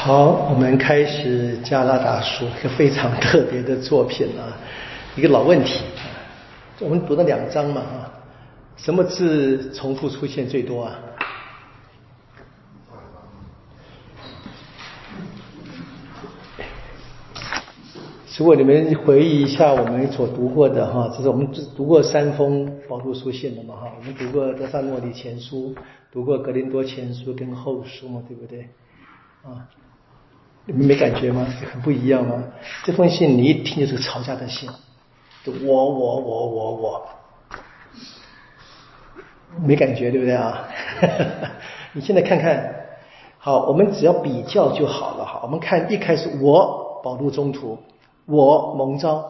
好，我们开始加拉达书，一个非常特别的作品啊，一个老问题。我们读了2章嘛啊，什么字重复出现最多啊？如果你们回忆一下我们所读过的哈，这是我们读过3封保禄书信的嘛哈，我们读过德撒诺里前书，读过格林多前书跟后书嘛，对不对？啊。你们没感觉吗？很不一样吗？这封信你一听就是个吵架的信，就我，没感觉对不对啊？你现在看看，好，我们只要比较就好了哈。我们看一开始我保禄中途，我蒙召，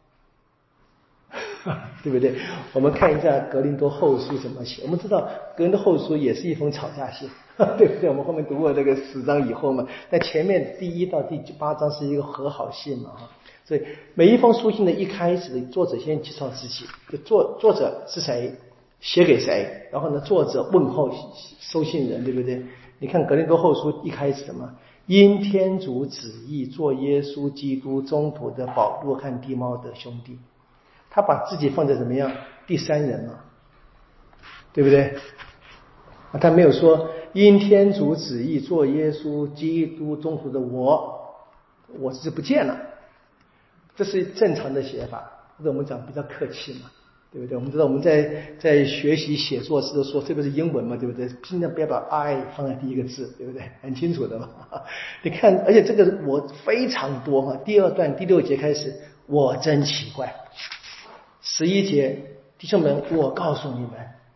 对不对？我们看一下格林多后书怎么写。我们知道格林多后书也是一封吵架信。对不对？我们后面读过这个10章以后嘛，但前面第1到第8章是一个和好信嘛，所以每一封书信的一开始，作者先介绍自己，作者是谁，写给谁，然后呢，作者问候收信人，对不对？你看格林多后书一开始什么？因天主旨意做耶稣基督中途的保禄和地猫的兄弟，他把自己放在怎么样？第3人嘛，对不对？他没有说因天主旨意做耶稣基督中途的我是不见了，这是正常的写法，或者我们讲比较客气嘛，对不对？我们知道我们在学习写作时都说，特别是英文嘛，对不对？尽量不要把 I 放在第一个字，对不对？很清楚的嘛。你看，而且这个我非常多嘛。第2段第6节开始，我真奇怪。11节，弟兄们，我告诉你们。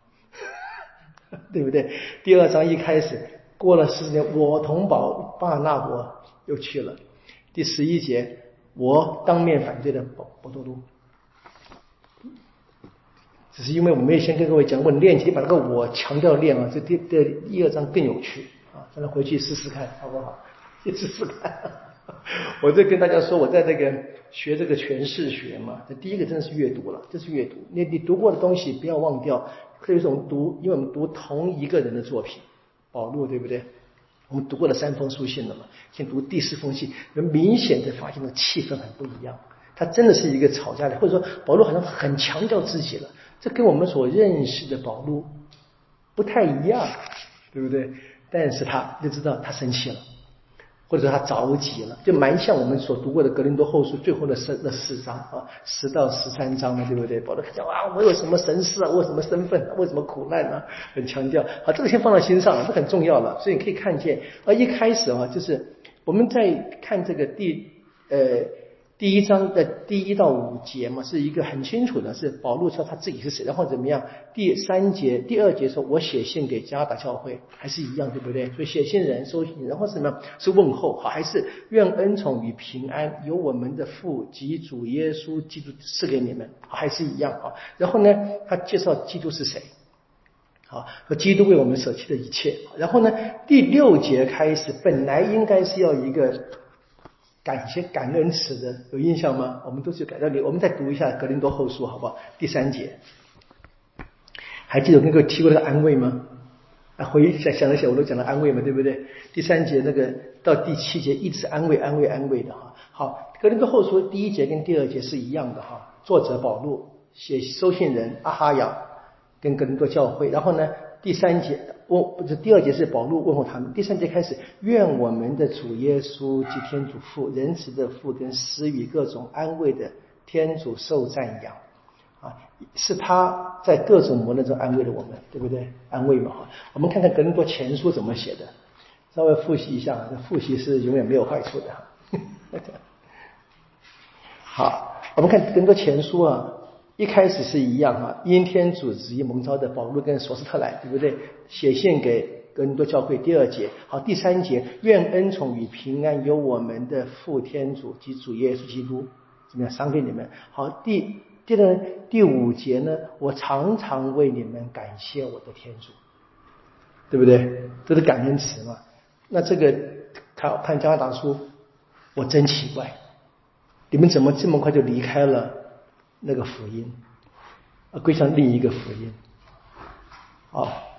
对不对？第2章一开始，过了40年，我同巴拿伯又去了。第11节，我当面反对了保多禄。只是因为我没有先跟各位讲，我练习把那个我强调练啊，这第2章更有趣啊！咱们回去试试看，好不好？去试试看。我在跟大家说，我在这个学这个诠释学嘛，这第一个真的是阅读了，这是阅读。你读过的东西不要忘掉。特别是我们读，因为我们读同一个人的作品，保禄，对不对？我们读过了3封书信了嘛，先读第4封信，明显的发现的气氛很不一样。他真的是一个吵架的，或者说保禄好像很强调自己了，这跟我们所认识的保禄不太一样，对不对？但是他就知道他生气了。或者他着急了，就蛮像我们所读过的格林多后书最后的那4章啊，10到13章了，对不对？保罗讲啊，我有什么神事啊，我有什么身份啊，我有什么苦难啊，很强调。好，这个先放到心上了，这很重要了。所以你可以看见，一开始啊，就是我们在看这个第1章的第1到5节嘛，是一个很清楚的，是保禄说他自己是谁，然后怎么样？第2节说我写信给加拉达教会，还是一样，对不对？所以写信人、收信人，然后什么？是问候，好，还是愿恩宠与平安由我们的父及主耶稣基督赐给你们，还是一样啊？然后呢，他介绍基督是谁？好，和基督为我们舍弃的一切。然后呢，第6节开始，本来应该是要一个感恩词的，有印象吗？我们都是感恩。我们再读一下格林多后书好不好？第3节，还记得我跟各位提过那个安慰吗？回忆想了想，我都讲了安慰嘛，对不对？第3节那个到第7节一直安慰的哈。好，格林多后书第1节跟第2节是一样的哈。作者保禄写收信人阿哈雅跟格林多教会，然后呢第3节第2节是保禄问候他们，第3节开始，愿我们的主耶稣及天主父，仁慈的父跟施予各种安慰的天主受赞扬啊，是他在各种磨难中安慰了我们，对不对？安慰嘛。我们看看格林多前书怎么写的，稍微复习一下，复习是永远没有坏处的。好，我们看格林多前书啊。一开始是一样哈，因天主旨意蒙召的保禄跟索斯特莱，对不对？写信给格林多教会。第2节，好，第3节，愿恩宠与平安由我们的父天主及主耶稣基督怎么样赏给你们。好，第5节呢，我常常为你们感谢我的天主，对不对？这是感恩词嘛。那这个看加拉达书，我真奇怪，你们怎么这么快就离开了那个福音，归向另一个福音？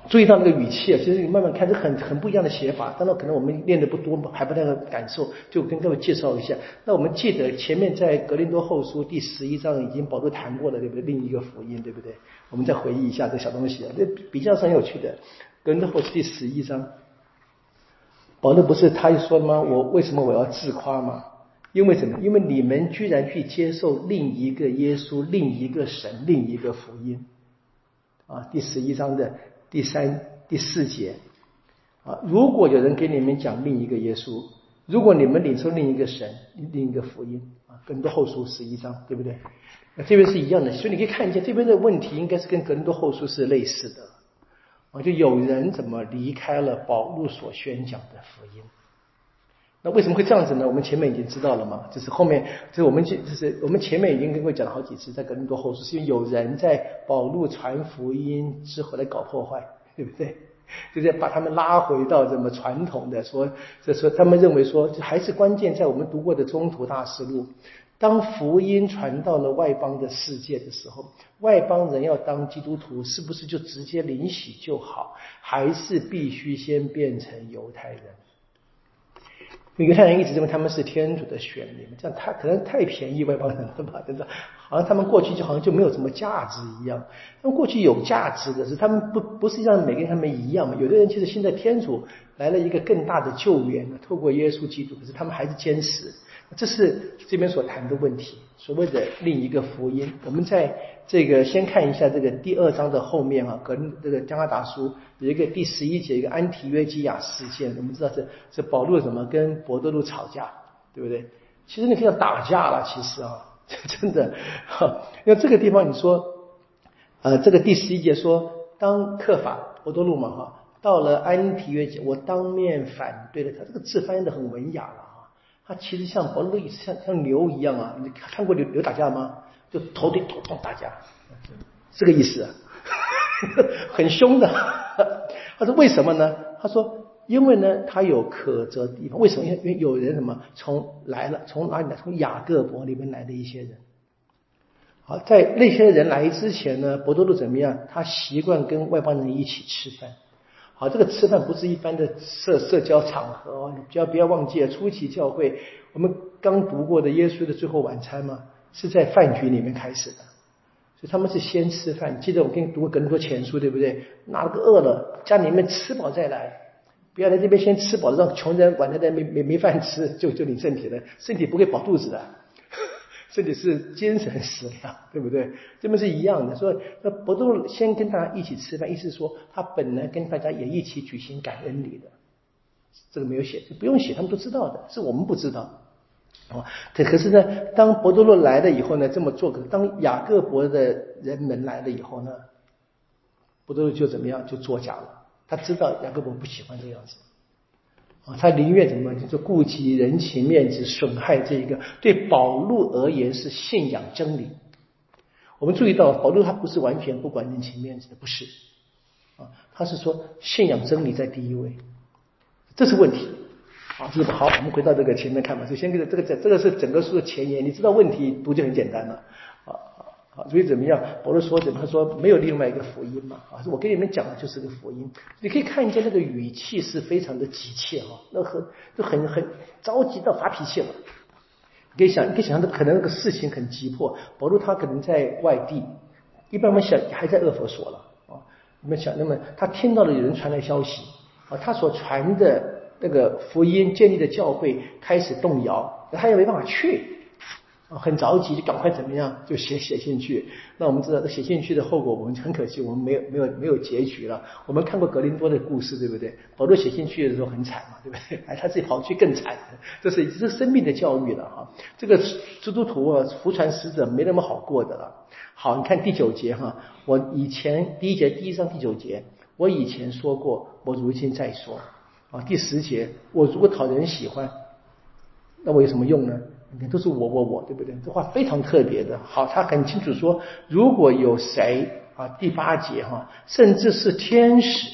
注意到那个语气啊，其实你慢慢看，这很不一样的写法。当然，可能我们练的不多，还不太感受，就跟各位介绍一下。那我们记得前面在格林多后书第11章已经保罗谈过了，对不对？另一个福音，对不对？我们再回忆一下这个小东西啊，这比较很有趣的。格林多后书第11章，保罗不是他就说了吗？为什么我要自夸吗？因为什么？因为你们居然去接受另一个耶稣、另一个神、另一个福音啊！第11章的第3、第4节啊，如果有人给你们讲另一个耶稣，如果你们领受另一个神、另一个福音啊，格林多后书11章，对不对？这边是一样的，所以你可以看见这边的问题应该是跟格林多后书是类似的啊，就有人怎么离开了保罗所宣讲的福音。那为什么会这样子呢？我们前面已经知道了嘛，就是后面就是我们前面已经跟各位讲了好几次，在格林多后书是因为有人在保罗传福音之后来搞破坏，对不对？就是把他们拉回到这么传统的说他们认为说还是关键在我们读过的中途大事录，当福音传到了外邦的世界的时候，外邦人要当基督徒是不是就直接领洗就好，还是必须先变成犹太人？犹太人一直认为他们是天主的选民，这样他可能太便宜外邦人了吧？真的，好像他们过去好像就没有什么价值一样。他们过去有价值的是，他们不是让每个人他们一样嘛？有的人其实现在天主来了一个更大的救援，透过耶稣基督，可是他们还是坚持。这是这边所谈的问题，所谓的另一个福音。我们在这个先看一下这个第2章的后面啊，这个加拉达书有一个第11节，一个安提约基亚事件。我们知道是保罗怎么跟伯多禄吵架，对不对？其实那非常打架了，其实啊，真的。因为这个地方你说，这个第11节说，当克法伯多禄嘛哈，到了安提约基，我当面反对了他。这个字翻译的很文雅了。他其实像保罗像牛一样啊，你看过牛打架吗？就头对头痛打架，这个意思啊，很凶的。他说为什么呢？他说因为呢他有可责的地方。为什么？因为有人什么从哪里来？从雅各伯里面来的一些人。好，在那些人来之前呢，伯多禄怎么样？他习惯跟外邦人一起吃饭。好，这个吃饭不是一般的社交场合哦，你不要忘记了，初期教会我们刚读过的耶稣的最后晚餐嘛，是在饭局里面开始的，所以他们是先吃饭。记得我跟你读过更多前书，对不对？哪个饿了，家里面吃饱再来，不要来这边先吃饱了，让穷人晚上没饭吃，就你身体了，身体不会饱肚子的。这里是精神食粮，对不对？这边是一样的。所以那伯多禄先跟大家一起吃饭，意思是说他本来跟大家也一起举行感恩礼的。这个没有写，不用写，他们都知道的，是我们不知道。可是呢，当伯多禄来了以后呢，这么做，当雅各伯的人们来了以后呢，伯多禄就怎么样，就作假了。他知道雅各伯不喜欢这样子。他宁愿怎么就顾及人情面子，损害这个对保禄而言是信仰真理。我们注意到保禄他不是完全不管人情面子的，不是啊，他是说信仰真理在第一位，这是问题啊。这是好，我们回到这个前面看吧。就先给这个是整个书的前言，你知道问题读就很简单了啊。好，所以怎么样？保罗说他说没有另外一个福音嘛啊，我跟你们讲的就是个福音。你可以看见那个语气是非常的急切哈，那很着急到发脾气了。你可以想象可能那个事情很急迫，保罗他可能在外地，一般我们想还在厄弗所了啊。你们想，那么他听到了有人传来消息啊，他所传的那个福音建立的教会开始动摇，他也没办法去。很着急，就赶快怎么样，就写进去。那我们知道，写进去的后果，我们很可惜，我们没有结局了。我们看过格林多的故事，对不对？保罗写进去的时候很惨嘛，对不对？他自己跑去更惨，这是生命的教育了哈。这个基督徒啊，福传使者没那么好过的了。好，你看第9节哈，我以前第1章第9节，我以前说过，我如今再说啊。第10节，我如果讨人喜欢，那我有什么用呢？你看都是我，对不对？这话非常特别的。好，他很清楚说，如果有谁啊，第8节哈，甚至是天使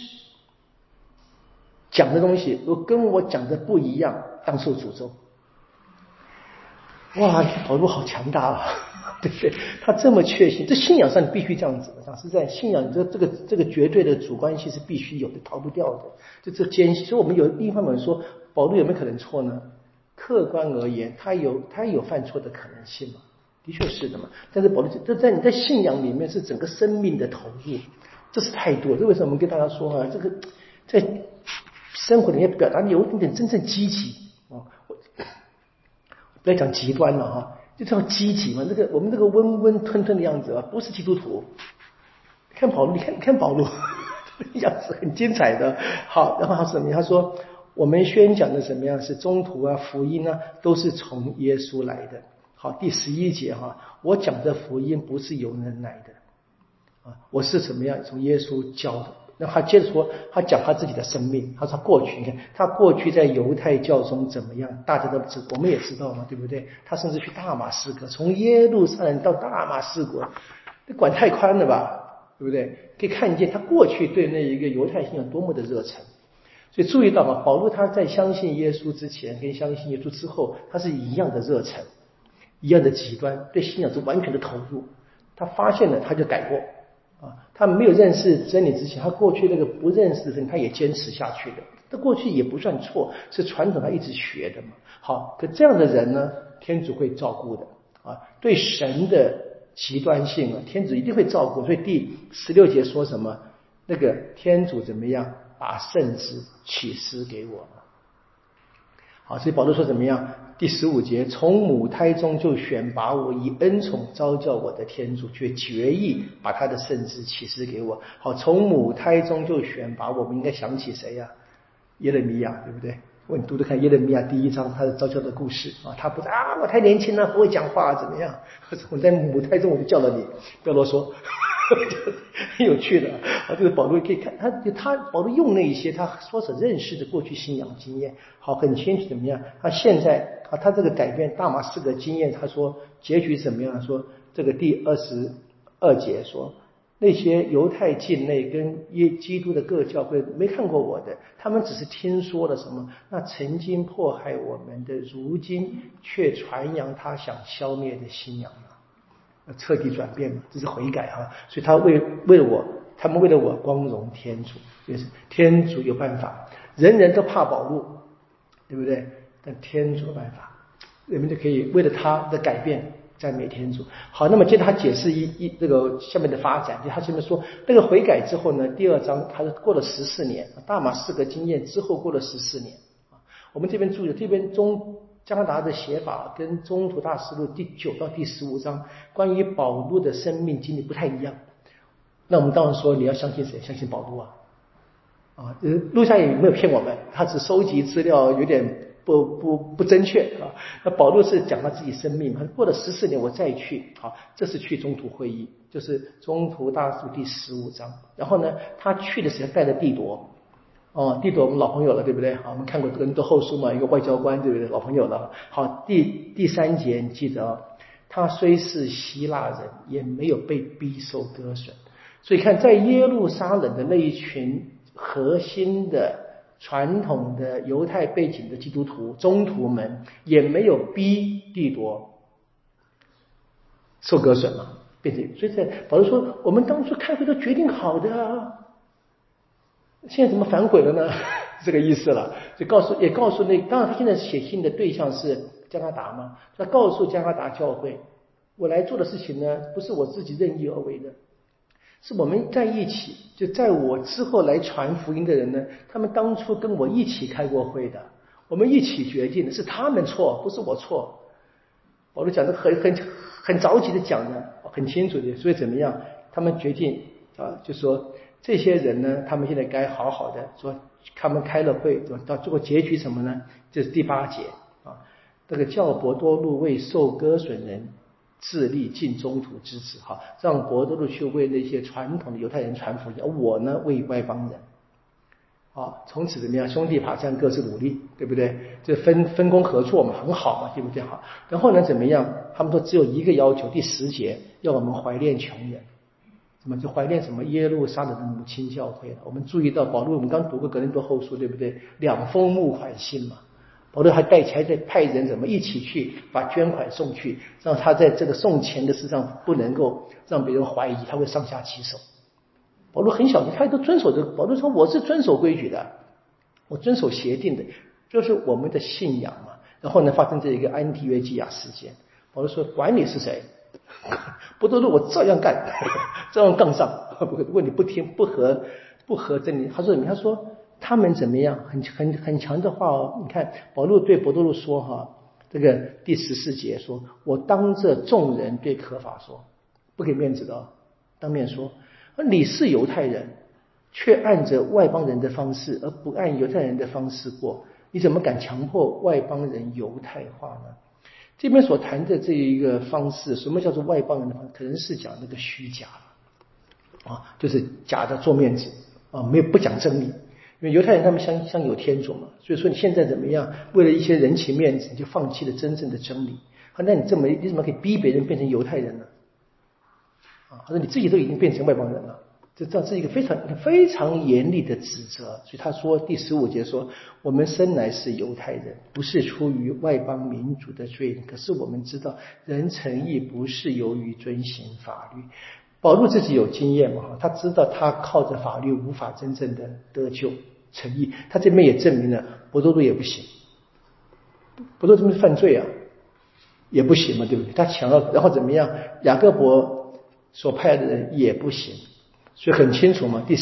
讲的东西，跟我讲的不一样，当受诅咒。 哇，保罗好强大啊，对不对？他这么确信，这信仰上你必须这样子的，讲实在，信仰这个绝对的主观性是必须有的，逃不掉的。这坚信，所以我们有另一方面说，保罗有没有可能错呢？客观而言，他有犯错的可能性嘛？的确是的嘛。但是保罗这在你在信仰里面是整个生命的投入，这是态度。这为什么我们跟大家说啊？这个在生活里面表达有一点真正积极啊。不要讲极端了哈，就这样积极嘛。我们这个温温吞吞的样子啊，不是基督徒。看保罗，你看保罗样子很精彩的。好，然后他说什么？他说我们宣讲的什么样是中途啊，福音呢，都是从耶稣来的。好，第11节哈，我讲的福音不是由人来的啊，我是怎么样从耶稣教的。那他接着说，他讲他自己的生命。他说过去，你看他过去在犹太教中怎么样，大家都知道，我们也知道嘛，对不对？他甚至去大马士革，从耶路撒冷到大马士革，这管太宽了吧，对不对？可以看见他过去对那一个犹太信仰多么的热忱。所以注意到嘛，保罗他在相信耶稣之前跟相信耶稣之后，他是一样的热忱，一样的极端，对信仰是完全的投入。他发现了，他就改过。他没有认识真理之前，他过去那个不认识的真理，他也坚持下去的。他过去也不算错，是传统他一直学的嘛。好，可这样的人呢，天主会照顾的啊。对神的极端性啊，天主一定会照顾。所以第16节说什么？那个天主怎么样把圣旨启示给我们？好，所以保罗说怎么样？第15节，从母胎中就选拔我，以恩宠召叫我的天主，却决意把他的圣旨启示给我。好，从母胎中就选拔我们，应该想起谁呀？耶勒米亚，对不对？你读的看耶勒米亚第1章他的召叫的故事啊，他不是啊，我太年轻了，不会讲话，怎么样？我在母胎中我就叫了你，不要啰嗦。很有趣的啊，这个保罗可以看他保罗用那一些他所认识的过去信仰经验，好，很清楚怎么样？他现在啊，他这个改变大马士革经验，他说结局怎么样？说这个第22节说，那些犹太境内跟基督的各教会没看过我的，他们只是听说了什么？那曾经迫害我们的，如今却传扬他想消灭的信仰了。彻底转变嘛，这是悔改啊！所以他他们为了我光荣天主，就是天主有办法，人人都怕保罗，对不对？但天主有办法，人们就可以为了他的改变赞美天主。好，那么接着他解释这个下面的发展，就他前面说那个悔改之后呢，第2章他是过了14年，大马士革经验之后过了14年啊。我们这边注意，这边加拿大的写法跟中途大师录第9到第15章关于保罗的生命经历不太一样。那我们当然说你要相信谁？相信保罗啊！路加也没有骗我们，他只收集资料有点不正确啊。那保罗是讲他自己生命，他过了14年我再去，好，这是去中途会议，就是中途大师第15章。然后呢，他去的时候带着帝铎。帝铎我们老朋友了，对不对？好，我们看过《哥林多后书》嘛，一个外交官，对不对？老朋友了。好，第3节你记得他虽是希腊人，也没有被逼受割损。所以看在耶路撒冷的那一群核心的传统的犹太背景的基督徒宗徒们，也没有逼帝铎受割损嘛，变成。所以在保罗说，我们当初开会都决定好的啊。现在怎么反悔了呢？这个意思了，就也告诉当然他现在写信的对象是加拿大嘛，他告诉加拿大教会，我来做的事情呢，不是我自己任意而为的，是我们在一起，就在我之后来传福音的人呢，他们当初跟我一起开过会的，我们一起决定的，是他们错，不是我错。保罗讲的很着急的讲的，很清楚的，所以怎么样？他们决定就说。这些人呢，他们现在该好好的说，他们开了会，到最后结局什么呢？这是第8节啊，这个叫伯多禄为受割损人致力尽中途之职，让伯多禄去为那些传统的犹太人传福音，而我呢为外邦人。从此怎么样？兄弟爬山各自努力，对不对？这分工合作嘛，很好嘛，对不对？好，然后呢怎么样？他们说只有一个要求，第10节要我们怀念穷人。什么就怀念什么耶路撒冷的母亲教会了？我们注意到保罗，我们刚读过格林多后书，对不对？2封募款信嘛， 保罗还带起来再派人怎么一起去把捐款送去，让他在这个送钱的事上不能够让别人怀疑他会上下其手。保罗很小心，他都遵守这个。保罗说我是遵守规矩的，我遵守协定的，就是我们的信仰嘛。然后呢，发生这一个安提约基亚事件，保罗说管你是谁，不都是我照样干，照样杠上。如果你不听不合真理，他说什么？他说他们怎么样？很强的话哦。你看保罗对伯多禄说哈，这个第14节说，我当着众人对可法说，不给面子的哦，当面说，你是犹太人，却按着外邦人的方式，而不按犹太人的方式过，你怎么敢强迫外邦人犹太化呢？这边所谈的这一个方式，什么叫做外邦人的方式？可能是讲那个虚假啊，就是假的做面子啊，没有不讲真理。因为犹太人他们相信有天主嘛，所以说你现在怎么样？为了一些人情面子，你就放弃了真正的真理。那你怎么可以逼别人变成犹太人呢？啊，他说你自己都已经变成外邦人了，这是一个非常严厉的指责。所以他说第15节说，我们生来是犹太人，不是出于外邦民族的罪，可是我们知道人成义不是由于遵行法律。保罗自己有经验嘛，他知道他靠着法律无法真正的得救成义。他这边也证明了伯多禄也不行，伯多禄这边犯罪啊，也不行嘛，对不对？他强了，然后怎么样？雅各伯所派的人也不行，所以很清楚嘛。第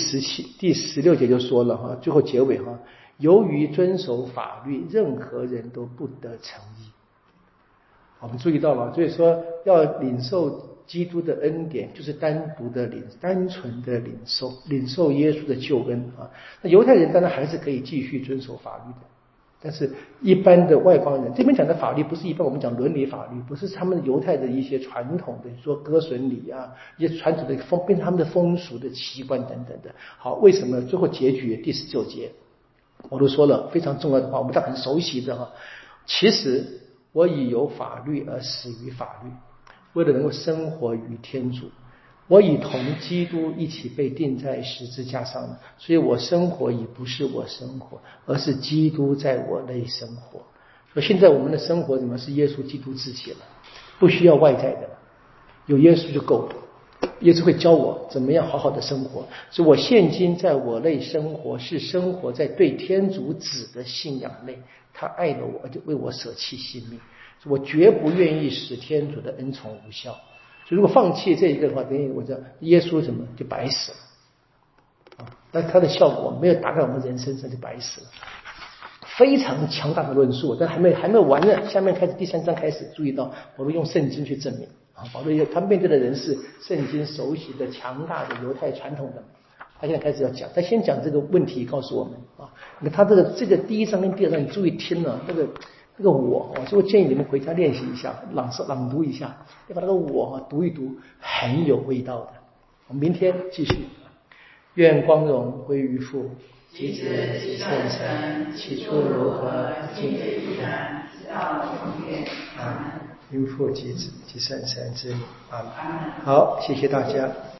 16节就说了哈，最后结尾哈，由于遵守法律，任何人都不得成义。我们注意到了，所以说要领受基督的恩典，就是单纯的领受耶稣的救恩啊。那犹太人当然还是可以继续遵守法律的，但是一般的外邦人，这边讲的法律不是一般我们讲伦理法律，不是他们犹太的一些传统的，说割损礼啊，一些传统的变成他们的风俗的习惯等等的。好，为什么最后结局第19节我都说了非常重要的话，我们大家很熟悉的哈。其实我已有法律而死于法律，为了能够生活于天主。我已同基督一起被钉在十字架上了，所以我生活已不是我生活，而是基督在我内生活。所以现在我们的生活怎么是耶稣基督自己了，不需要外在的了，有耶稣就够了。耶稣会教我怎么样好好的生活，所以我现今在我内生活，是生活在对天主子的信仰内，他爱了我，就为我舍弃性命，我绝不愿意使天主的恩宠无效。所以如果放弃这一个的话，等于我讲耶稣怎么就白死了啊？但它的效果没有达到我们人身上就白死了。非常强大的论述，但还没完呢。下面开始第3章开始，注意到保罗用圣经去证明啊。保罗他面对的人是圣经熟悉的强大的犹太传统的，他现在开始要讲，他先讲这个问题告诉我们啊。你看他这个第1章跟第2章，你注意听了那个我，所以我建议你们回家练习一下，朗读一下，要把那个我读一读，很有味道的。我们明天继续。愿光荣归于父、 及子、及圣神，起初如何，今日依然，直到永远。阿门。 因父及子及圣神之名。阿门。好，谢谢大家。